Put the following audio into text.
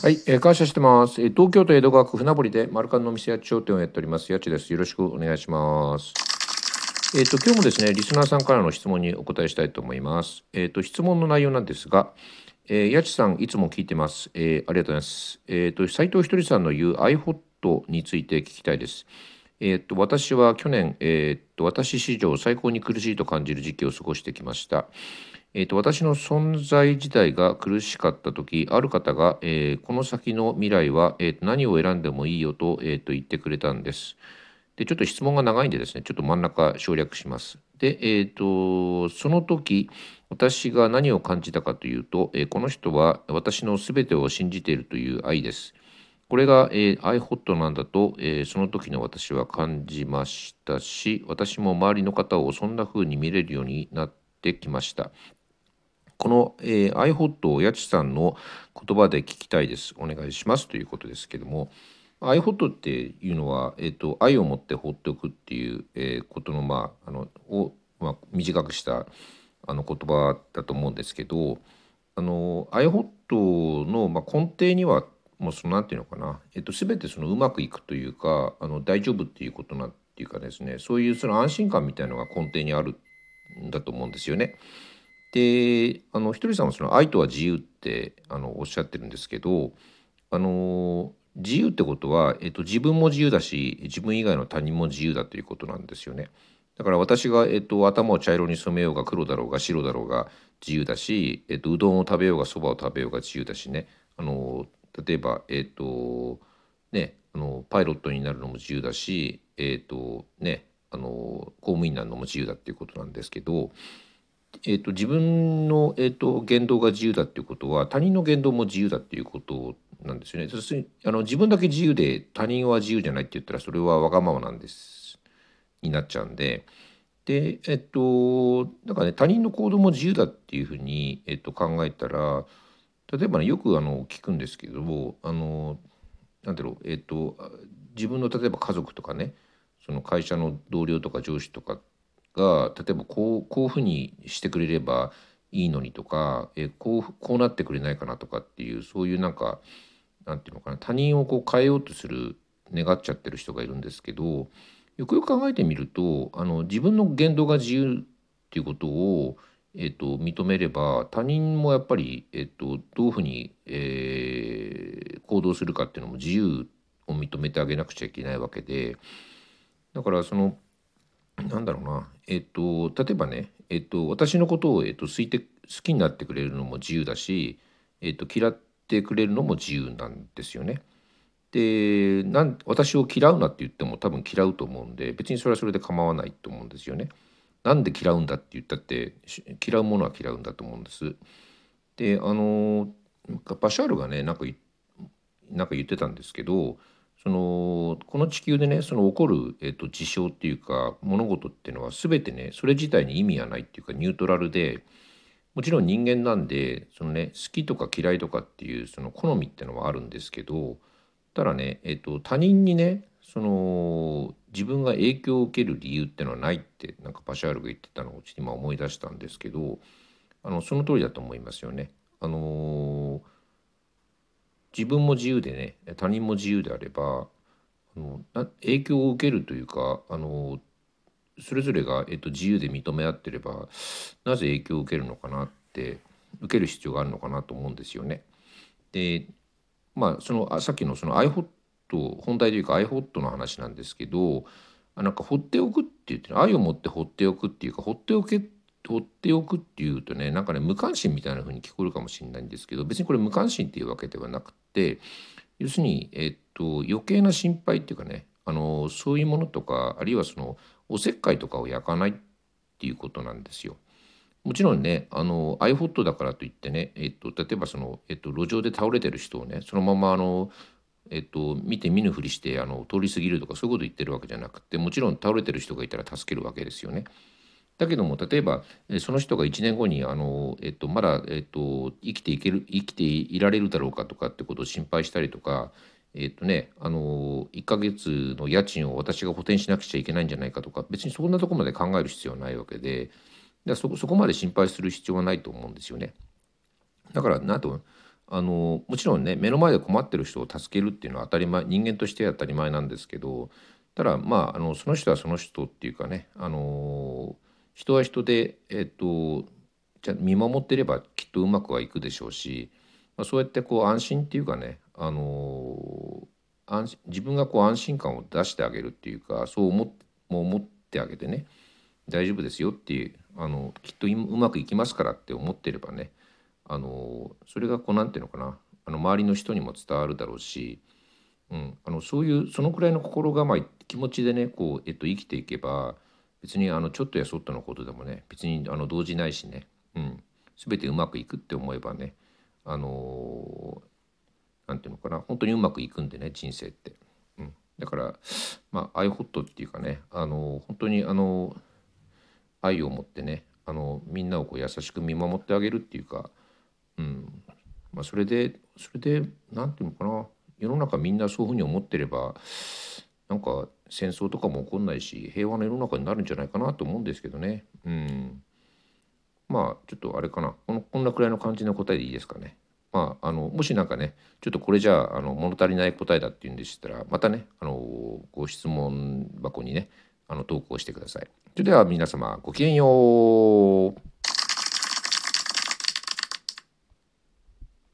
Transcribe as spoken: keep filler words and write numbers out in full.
はい、えー感謝してます。えー東京都江戸川区船堀でマルカンのお店や商店をやっております。やちです。よろしくお願いします。えっ、と、今日もですね、リスナーさんからの質問にお答えしたいと思います。えっ、と、質問の内容なんですが、えー、やちさん、いつも聞いてます。えーありがとうございます。えっ、と、斉藤ひとりさんの言う iPod について聞きたいです。えっ、と、私は去年、えっ、と、私史上最高に苦しいと感じる時期を過ごしてきました。えーと、私の存在自体が苦しかった時、ある方が、えーこの先の未来は、えーと何を選んでもいいよと,、えーと言ってくれたんです。で、ちょっと質問が長いんでですね、ちょっと真ん中省略します。で、えーと、その時、私が何を感じたかというと、えーこの人は私の全てを信じているという愛です。これが、えー iPod なんだと、えーその時の私は感じましたし、私も周りの方をそんな風に見れるようになってきました。この、えー、iPod をやちさんの言葉で聞きたいです。お願いしますということですけども、iPod っていうのは、えーと、愛を持って放っておくっていう、えーことの、まあ、あのを、まあ、短くしたあの言葉だと思うんですけど、あの iPod の、まあ、根底にはもうそのなんていうのかな、えっと、全てそのうまくいくというかあの大丈夫っていうことなんていうかですね、そういうその安心感みたいなのが根底にあるんだと思うんですよね。で、あのひとりさんはその愛とは自由ってあのおっしゃってるんですけど、あの自由ってことは、えっと、自分も自由だし自分以外の他人も自由だということなんですよね。だから私が、えっと、頭を茶色に染めようが黒だろうが白だろうが自由だし、えっと、うどんを食べようがそばを食べようが自由だしね。あの例えば、えっとね、あのパイロットになるのも自由だし、えっとね、あの公務員になるのも自由だっていうことなんですけど、えーと、自分の、えーと、言動が自由だっていうことは他人の言動も自由だっていうことなんですよね。要するにあの自分だけ自由で他人は自由じゃないって言ったらそれはわがままなんですになっちゃうんで、でえっとなんかね、他人の行動も自由だっていうふうに、えっと、考えたら、例えばね、よくあの聞くんですけど、あのなんだろう、えっと自分の例えば家族とかね、その会社の同僚とか上司とかが例えばこうこういうふうにしてくれればいいのにとか、えこうこうなってくれないかなとかっていう、そういうなんかなんていうのかな、他人をこう変えようとする願っちゃってる人がいるんですけど、よくよく考えてみると、あの自分の言動が自由っていうことを、えっと、認めれば他人もやっぱり、えっと、どういうふうに、えー行動するかっていうのも自由を認めてあげなくちゃいけないわけで、だからそのなんだろうな、えっと、例えばね、えっと、私のことを、えっと、好いて、好きになってくれるのも自由だし、えっと、嫌ってくれるのも自由なんですよね。で、なん私を嫌うなって言っても多分嫌うと思うんで、別にそれはそれで構わないと思うんですよね。なんで嫌うんだって言ったって、し嫌うものは嫌うんだと思うんです。で、あの、バシャールがね、なんか言なんか言ってたんですけど、そのこの地球でね、その起こる、えっと、事象っていうか物事っていうのは全てね、それ自体に意味はないっていうかニュートラルで、もちろん人間なんでそのね、好きとか嫌いとかっていうその好みっていうのはあるんですけど、ただね、えっと、他人にね、その自分が影響を受ける理由っていうのはないって、なんかパシャールが言ってたのをちょっと今思い出したんですけど、あのその通りだと思いますよね。あの自分も自由でね、他人も自由であれば、あのな影響を受けるというか、あのそれぞれが、えっと、自由で認め合ってれば、なぜ影響を受けるのかなって、受ける必要があるのかなと思うんですよね。で、まあそのあさっきのその iPod 本題というか iPod の話なんですけど、あなんか放っておくって言って、愛を持って放っておくっていうか、放っておけ放っておくっていうとね、なんかね、無関心みたいな風に聞こえるかもしれないんですけど、別にこれ無関心っていうわけではなくて、要するに、えっと、余計な心配っていうかね、あのそういうものとか、あるいはそのおせっかいとかを焼かないっていうことなんですよ。もちろんね、あの iPod だからといってね、えっと、例えばその、えっと、路上で倒れてる人をね、そのままあの、えっと、見て見ぬふりしてあの通り過ぎるとかそういうこと言ってるわけじゃなくて、もちろん倒れてる人がいたら助けるわけですよね。だけども、例えばえその人がいちねんごにあの、えっと、まだ、えっと、生きていける生きていられるだろうかとかってことを心配したりとか、えっとね、あのいっかげつの家賃を私が補填しなくちゃいけないんじゃないかとか、別にそんなところまで考える必要はないわけで、だそこそこまで心配する必要はないと思うんですよね。だからなんとあのもちろんね、目の前で困ってる人を助けるっていうのは当たり前、人間としては当たり前なんですけど、ただまあ、あのその人はその人っていうかね、あの人は人で、えっとじゃ見守ってればきっとうまくはいくでしょうし、まあ、そうやってこう安心っていうかね、あの安心自分がこう安心感を出してあげるっていうか、そう思っもう思ってあげてね、大丈夫ですよっていう、あのきっとうまくいきますからって思ってればね、あのそれがこうなんていうのかな、あの周りの人にも伝わるだろうし、うん、あのそういうそのくらいの心構え気持ちでねこう、えっと、生きていけば、別にあのちょっとやそっとのことでもね、別にあの動じないしね、うん、全てうまくいくって思えばね、あのなんていうのかな、本当にうまくいくんでね、人生って。うん、だからまあアイホットっていうかね、あの本当にあの愛を持ってね、あのみんなをこう優しく見守ってあげるっていうか、うんまあ、それでそれでなんていうのかな、世の中みんなそういうふうに思ってれば、なんか戦争とかも起こんないし、平和な世の中になるんじゃないかなと思うんですけどね。うん、まあちょっとあれかな、このこんなくらいの感じの答えでいいですかね。まあ、あのもしなんかね、ちょっとこれじゃあ、あの物足りない答えだっていうんでしたら、またね、あのご質問箱にね、あの投稿してください。それでは皆様ごきげんよう。